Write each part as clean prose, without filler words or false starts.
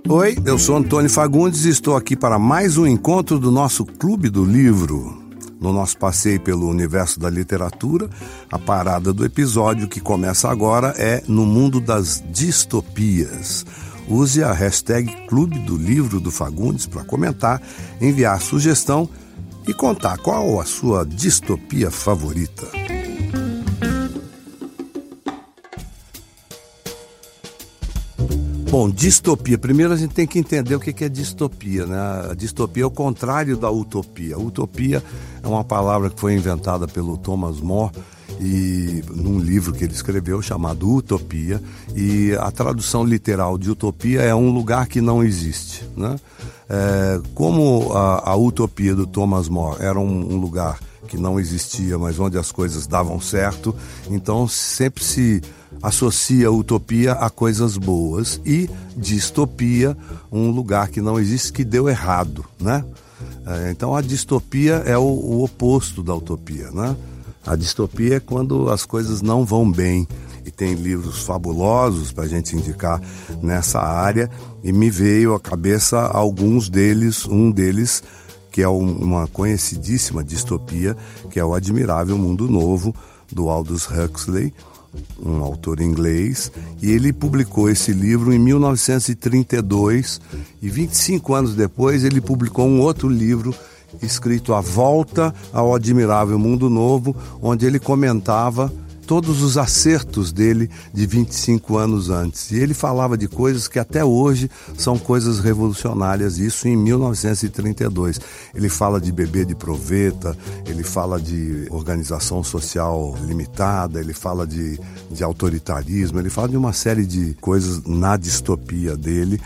Oi, eu sou Antônio Fagundes e estou aqui para mais um encontro do nosso Clube do Livro. No nosso passeio pelo universo da literatura, a parada do episódio que começa agora é No Mundo das Distopias. Use a hashtag Clube do Livro do Fagundes para comentar, enviar sugestão e contar qual a sua distopia favorita. Bom, distopia. Primeiro a gente tem que entender o que é distopia, né? A distopia é o contrário da utopia. A utopia é uma palavra que foi inventada pelo Thomas More e num livro que ele escreveu chamado Utopia, e a tradução literal de utopia é um lugar que não existe, né? Como a utopia do Thomas More era um lugar que não existia, mas onde as coisas davam certo, então sempre se associa a utopia a coisas boas, e distopia, um lugar que não existe, que deu errado, né? Então a distopia é o oposto da utopia, né? A distopia é quando as coisas não vão bem, e tem livros fabulosos para a gente indicar nessa área, e me veio à cabeça alguns deles, um deles que é uma conhecidíssima distopia, que é O Admirável Mundo Novo, do Aldous Huxley, um autor inglês, e ele publicou esse livro em 1932, e 25 anos depois ele publicou um outro livro escrito A Volta ao Admirável Mundo Novo, onde ele comentava todos os acertos dele de 25 anos antes. E ele falava de coisas que até hoje são coisas revolucionárias, isso em 1932. Ele fala de bebê de proveta, ele fala de organização social limitada, ele fala de autoritarismo, ele fala de uma série de coisas na distopia dele,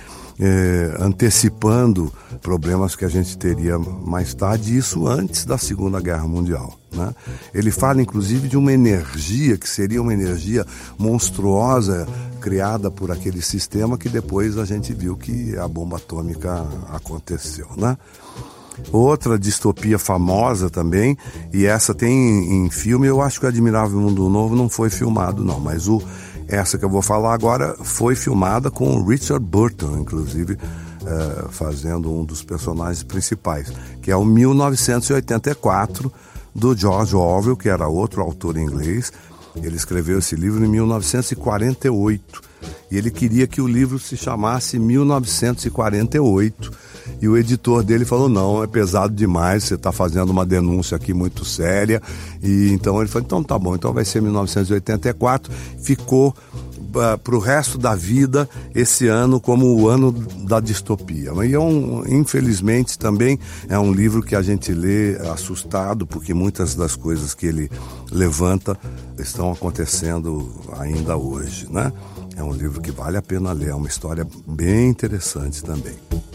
antecipando problemas que a gente teria mais tarde, isso antes da Segunda Guerra Mundial, né? Ele fala inclusive de uma energia que seria uma energia monstruosa criada por aquele sistema que depois a gente viu que a bomba atômica aconteceu, né? Outra distopia famosa também, e essa tem em filme, eu acho que o Admirável Mundo Novo não foi filmado não, mas essa que eu vou falar agora foi filmada com o Richard Burton, inclusive, fazendo um dos personagens principais, que é o 1984, do George Orwell, que era outro autor inglês. Ele escreveu esse livro em 1948, e ele queria que o livro se chamasse 1948, e o editor dele falou, não, é pesado demais, você está fazendo uma denúncia aqui muito séria, e então ele falou, então tá bom, então vai ser 1984, ficou para o resto da vida esse ano como o ano da distopia. E infelizmente também é um livro que a gente lê assustado, porque muitas das coisas que ele levanta estão acontecendo ainda hoje, né? É um livro que vale a pena ler, é uma história bem interessante também.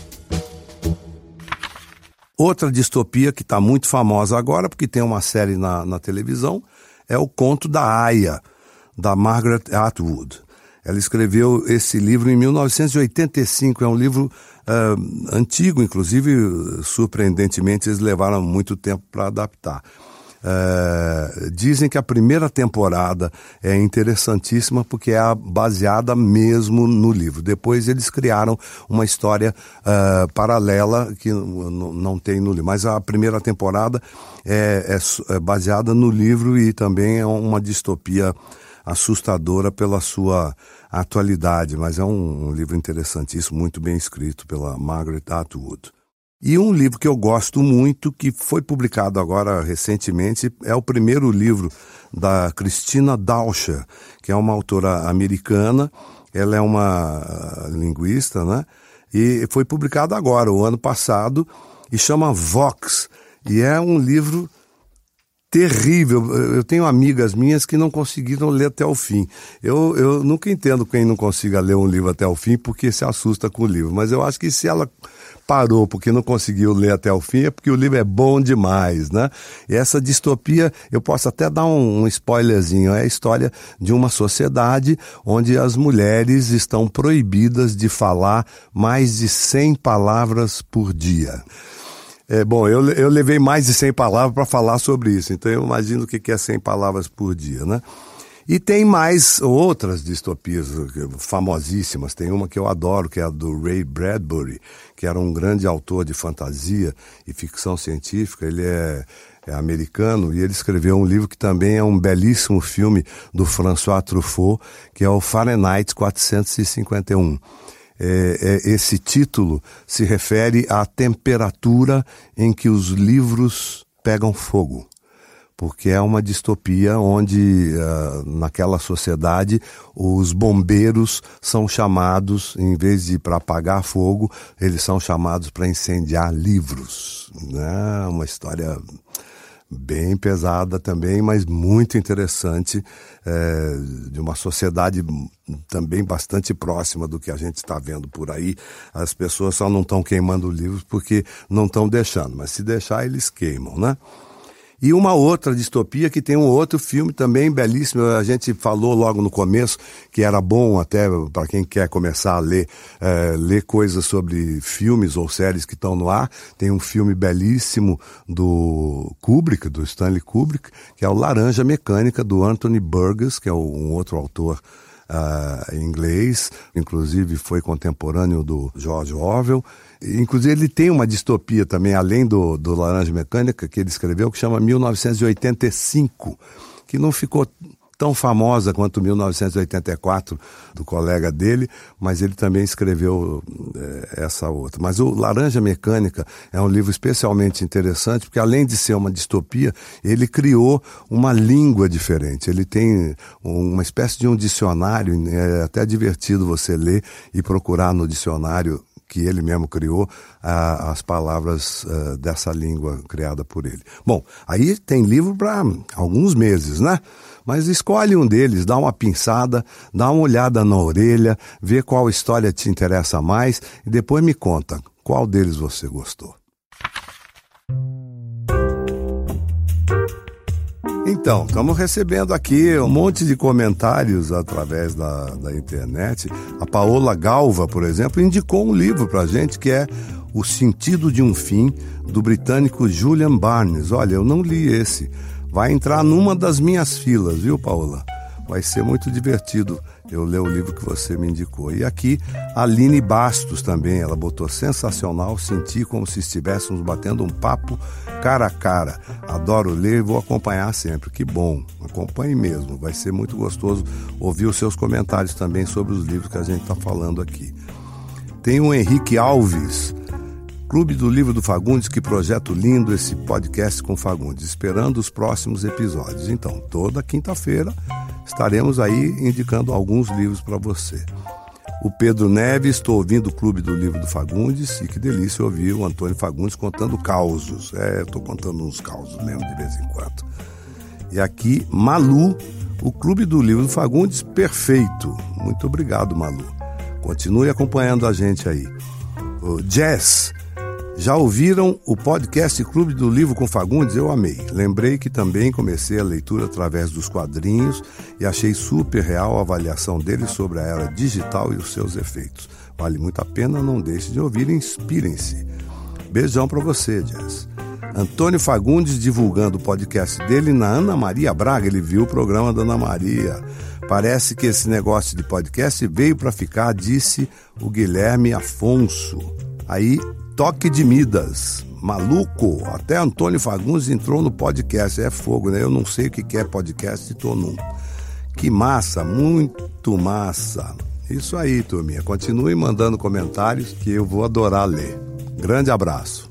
Outra distopia que está muito famosa agora, porque tem uma série na televisão, é O Conto da Aia, da Margaret Atwood. Ela escreveu esse livro em 1985, é um livro antigo, inclusive, surpreendentemente, eles levaram muito tempo para adaptar. Dizem que a primeira temporada é interessantíssima porque é baseada mesmo no livro. Depois eles criaram uma história paralela que não tem no livro, mas a primeira temporada é baseada no livro, e também é uma distopia assustadora pela sua atualidade, mas é um livro interessantíssimo, muito bem escrito pela Margaret Atwood. E um livro que eu gosto muito, que foi publicado agora recentemente, é o primeiro livro da Christina Dauscher, que é uma autora americana. Ela é uma linguista, né? E foi publicado agora, o ano passado, e chama Vox. E é um livro terrível. Eu tenho amigas minhas que não conseguiram ler até o fim. Eu nunca entendo quem não consiga ler um livro até o fim porque se assusta com o livro. Mas eu acho que se ela parou porque não conseguiu ler até o fim é porque o livro é bom demais, né? E essa distopia, eu posso até dar um spoilerzinho, é a história de uma sociedade onde as mulheres estão proibidas de falar mais de 100 palavras por dia. Bom, eu levei mais de 100 palavras para falar sobre isso, então eu imagino o que é 100 palavras por dia, né? E tem mais outras distopias famosíssimas. Tem uma que eu adoro, que é a do Ray Bradbury, que era um grande autor de fantasia e ficção científica. Ele é americano e ele escreveu um livro que também é um belíssimo filme do François Truffaut, que é o Fahrenheit 451. Esse título se refere à temperatura em que os livros pegam fogo. Porque é uma distopia onde, naquela sociedade, os bombeiros são chamados, em vez de ir para apagar fogo, eles são chamados para incendiar livros. Né? Uma história bem pesada também, mas muito interessante, de uma sociedade também bastante próxima do que a gente está vendo por aí. As pessoas só não estão queimando livros porque não estão deixando, mas se deixar eles queimam, né? E uma outra distopia que tem um outro filme também belíssimo, a gente falou logo no começo que era bom até para quem quer começar a ler coisas sobre filmes ou séries que estão no ar. Tem um filme belíssimo do Kubrick, do Stanley Kubrick, que é o Laranja Mecânica, do Anthony Burgess, que é um outro autor em inglês, inclusive foi contemporâneo do George Orwell. Inclusive ele tem uma distopia também, além do Laranja Mecânica, que ele escreveu, que chama 1985, que não ficou tão famosa quanto 1984, do colega dele, mas ele também escreveu essa outra. Mas o Laranja Mecânica é um livro especialmente interessante, porque além de ser uma distopia, ele criou uma língua diferente. Ele tem uma espécie de um dicionário, é até divertido você ler e procurar no dicionário que ele mesmo criou, as palavras dessa língua criada por ele. Bom, aí tem livro para alguns meses, né? Mas escolhe um deles, dá uma pinçada, dá uma olhada na orelha, vê qual história te interessa mais e depois me conta qual deles você gostou. Então, estamos recebendo aqui um monte de comentários através da internet. A Paola Galva, por exemplo, indicou um livro para a gente que é O Sentido de um Fim, do britânico Julian Barnes. Olha, eu não li esse. Vai entrar numa das minhas filas, viu, Paola? Vai ser muito divertido eu ler o livro que você me indicou. E aqui, a Aline Bastos também, ela botou sensacional, senti como se estivéssemos batendo um papo cara a cara. Adoro ler e vou acompanhar sempre. Que bom, acompanhe mesmo. Vai ser muito gostoso ouvir os seus comentários também sobre os livros que a gente está falando aqui. Tem o Henrique Alves, Clube do Livro do Fagundes, que projeto lindo esse podcast com Fagundes, esperando os próximos episódios. Então, toda quinta-feira estaremos aí indicando alguns livros para você. O Pedro Neves, estou ouvindo o Clube do Livro do Fagundes e que delícia ouvir o Antônio Fagundes contando causos. Eu estou contando uns causos mesmo de vez em quando. E aqui, Malu, o Clube do Livro do Fagundes, perfeito. Muito obrigado, Malu. Continue acompanhando a gente aí. O Jazz, já ouviram o podcast Clube do Livro com Fagundes? Eu amei. Lembrei que também comecei a leitura através dos quadrinhos e achei super real a avaliação dele sobre a era digital e os seus efeitos. Vale muito a pena, não deixe de ouvir e inspirem-se. Beijão pra você, Jess. Antônio Fagundes divulgando o podcast dele na Ana Maria Braga. Ele viu o programa da Ana Maria. Parece que esse negócio de podcast veio pra ficar, disse o Guilherme Afonso. Aí, Toque de Midas, maluco, até Antônio Fagundes entrou no podcast, é fogo, né? Eu não sei o que é podcast e tô num. Que massa, muito massa. Isso aí, turminha, continue mandando comentários que eu vou adorar ler. Grande abraço.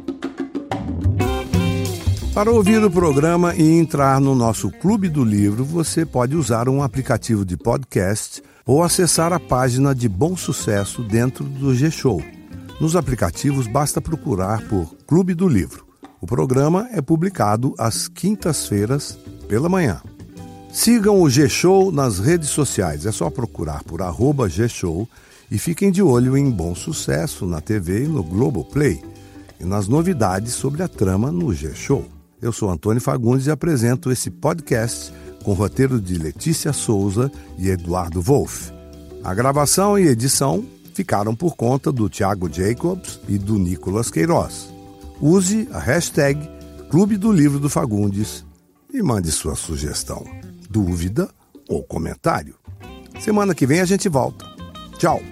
Para ouvir o programa e entrar no nosso Clube do Livro, você pode usar um aplicativo de podcast ou acessar a página de Bom Sucesso dentro do G-Show. Nos aplicativos, basta procurar por Clube do Livro. O programa é publicado às quintas-feiras pela manhã. Sigam o G-Show nas redes sociais. É só procurar por @G-Show e fiquem de olho em Bom Sucesso na TV e no Globoplay e nas novidades sobre a trama no G-Show. Eu sou Antônio Fagundes e apresento esse podcast com roteiro de Letícia Souza e Eduardo Wolff. A gravação e edição ficaram por conta do Thiago Jacobs e do Nicolas Queiroz. Use a hashtag Clube do Livro do Fagundes e mande sua sugestão, dúvida ou comentário. Semana que vem a gente volta. Tchau!